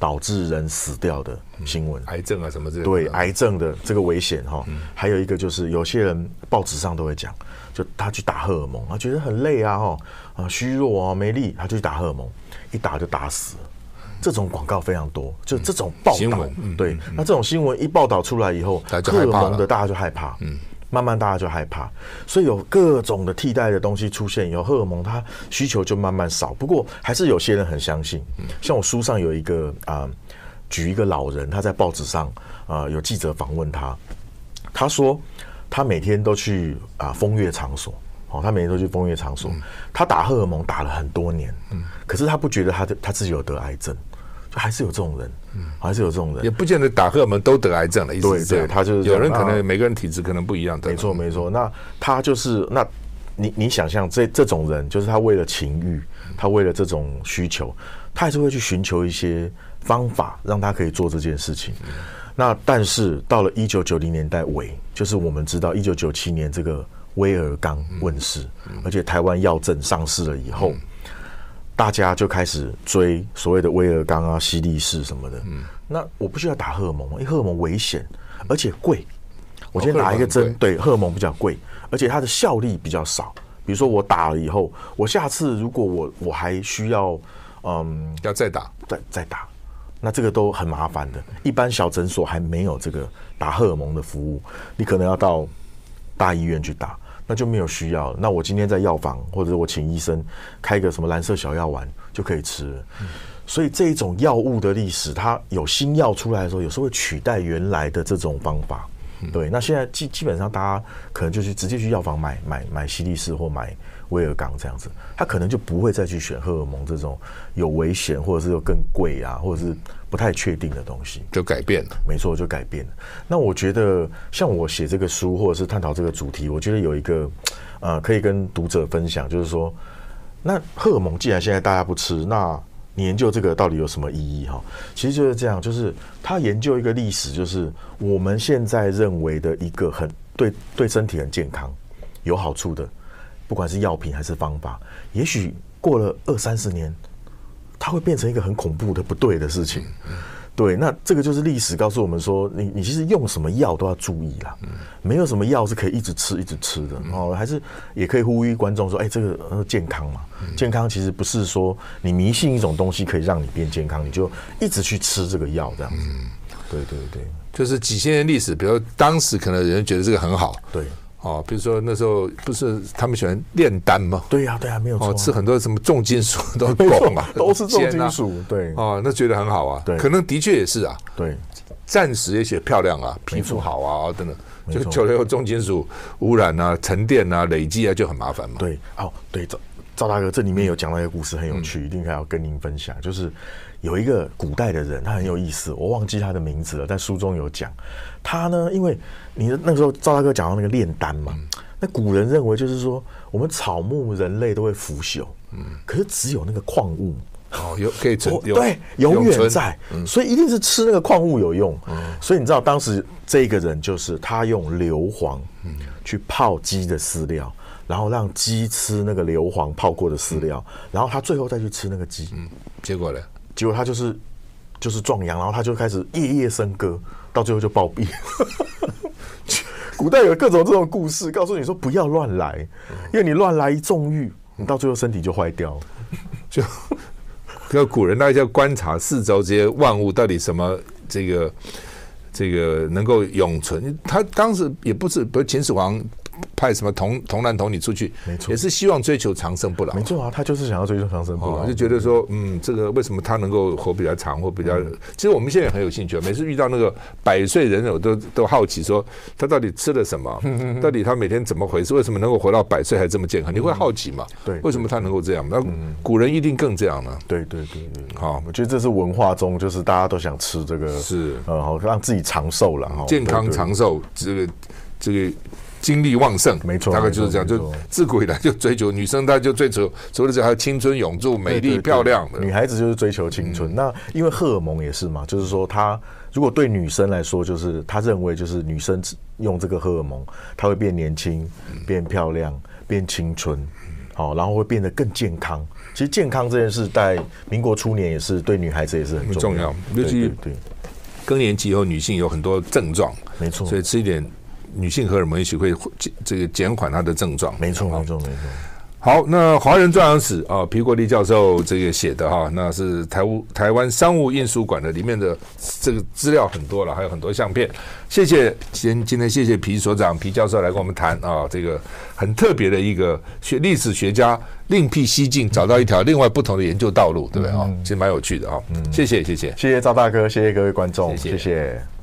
导致人死掉的新闻， 嗯、癌症啊什么之类的。 对，癌症的这个危险哈、嗯。还有一个就是有些人报纸上都会讲，就他去打荷尔蒙，他觉得很累啊哈啊虚弱啊没力，他就去打荷尔蒙，一打就打死了。这种广告非常多，就这种报道，嗯、对、嗯，那这种新闻一报道出来以后，荷尔蒙的大家就害怕，嗯，慢慢大家就害怕，所以有各种的替代的东西出现以后，荷尔蒙它需求就慢慢少。不过还是有些人很相信，像我书上有一个啊、呃，举一个老人，他在报纸上啊、呃、有记者访问他，他说他每天都去啊、呃、风月场所。哦，他每天都去风月场所，嗯、他打荷尔蒙打了很多年，嗯、可是他不觉得他的他自己有得癌症，就还是有这种人，嗯、还是有这种人， 也不见得打荷尔蒙都得癌症了。意思是这样， 对对，他就是有人可能每个人体质可能不一样的。 没错没错，那他就是那你你想象这这种人，就是他为了情欲，他为了这种需求，他还是会去寻求一些方法，让他可以做这件事情。嗯、那但是到了一九九零年代尾，就是我们知道一九九七年这个。威尔刚问世，嗯、而且台湾药证上市了以后，嗯、大家就开始追所谓的威尔刚啊、西力士什么的。嗯、那我不需要打荷尔蒙，因为荷尔蒙危险，而且贵。我今天打一个针，对，荷尔蒙比较贵，而且它的效力比较少。比如说我打了以后，我下次如果我我还需要，嗯， 要再打， 再再打，那这个都很麻烦的。一般小诊所还没有这个打荷尔蒙的服务，你可能要到大医院去打。那就没有需要了。那我今天在药房，或者我请医生开个什么蓝色小药丸就可以吃了。嗯、所以这一种药物的历史，它有新药出来的时候，有时候会取代原来的这种方法。嗯、对，那现在基基本上大家可能就去直接去药房买买买西力士或买威尔刚这样子，他可能就不会再去选荷尔蒙这种有危险或者是又更贵啊，或者是不太确定的东西， 就改变了。 没错，就改变了。那我觉得，像我写这个书或者是探讨这个主题，我觉得有一个呃，可以跟读者分享，就是说，那荷尔蒙既然现在大家不吃，那你研究这个到底有什么意义哈？其实就是这样，就是他研究一个历史，就是我们现在认为的一个很对对身体很健康、有好处的，不管是药品还是方法，也许过了二三十年，它会变成一个很恐怖的不对的事情。嗯、对，那这个就是历史告诉我们说，你你其实用什么药都要注意啦，嗯、没有什么药是可以一直吃一直吃的、嗯、哦，还是也可以呼吁观众说，哎、欸，这个、呃、健康嘛，嗯、健康其实不是说你迷信一种东西可以让你变健康，你就一直去吃这个药这样子。嗯、对对对， 就是几千年历史，比如当时可能有人觉得这个很好， 对。 哦，比如说那时候不是他们喜欢炼丹吗？ 对呀、啊，对呀、啊，没有错、啊。 哦，吃很多什么重金属都是汞啊， 都是重金属。对。 哦，那觉得很好啊。 对， 可能的确也是啊。 对， 暂时也许漂亮啊，皮肤好啊等等。就久了以后，重金属污染啊、沉淀啊、累积啊，就很麻烦嘛。 对，哦，对，赵赵大哥，这里面有讲到一个故事，很有趣，嗯、一定还要跟您分享。就是有一个古代的人，他很有意思，我忘记他的名字了，在书中有讲。他呢，因为你那个时候赵大哥讲到那个炼丹嘛。嗯，那古人认为就是说，我们草木人类都会腐朽，嗯，可是只有那个矿物哦，有可以存， 对，永远在，嗯、所以一定是吃那个矿物有用。嗯、所以你知道当时这个人就是他用硫磺去泡鸡的饲料，然后让鸡吃那个硫磺泡过的饲料，嗯、然后他最后再去吃那个鸡， 嗯，结果呢？ 结果他就是就是壮阳，然后他就开始夜夜笙歌，到最后就暴毙。古代有各种这种故事，告诉你说不要乱来，因为你乱来一纵欲，你到最后身体就坏掉。 就，跟古人大家观察四周这些万物到底什么这个这个能够永存。他当时也不是，比如秦始皇派什么童童男童女出去， 没错， 也是希望追求长生不老。 没错啊，他就是想要追求长生不老， 哦、就觉得说，嗯，这个为什么他能够活比较长，或比较……嗯、其实我们现在很有兴趣，每次遇到那个百岁人，我都都好奇说，他到底吃了什么？嗯、到底他每天怎么回事？为什么能够活到百岁还这么健康？你会好奇嘛？ 对， 为什么他能够这样？那古人一定更这样呢？ 对对对对，好，我觉得这是文化中，就是大家都想吃这个， 是呃，好让自己长寿了， 健康长寿，这个这个。精力旺盛， 没错， 大概就是这样。就自古以来就追求女生，她就追求除了这还有青春永驻、美丽漂亮的。 女孩子就是追求青春。嗯、那因为荷尔蒙也是嘛，就是说她如果对女生来说，就是她认为就是女生用这个荷尔蒙，她会变年轻、变漂亮、变青春。 好，然后会变得更健康。其实健康这件事，在民国初年也是对女孩子也是很重要， 尤其对更年期以后，女性有很多症状， 没错， 所以吃一点女性荷尔蒙也许会这个减缓她的症状。 没错，没错，没错。 好，那华人传扬史啊，皮国立教授这个写的哈，那是台湾台湾商务印书馆的，里面的这个资料很多了，还有很多相片。谢谢今今天谢谢皮所长皮教授来跟我们谈啊，这个很特别的一个学历史学家另辟蹊径，找到一条另外不同的研究道路，对不对啊？其实蛮有趣的啊。谢谢谢谢谢谢赵大哥，谢谢各位观众， 谢谢。 谢谢。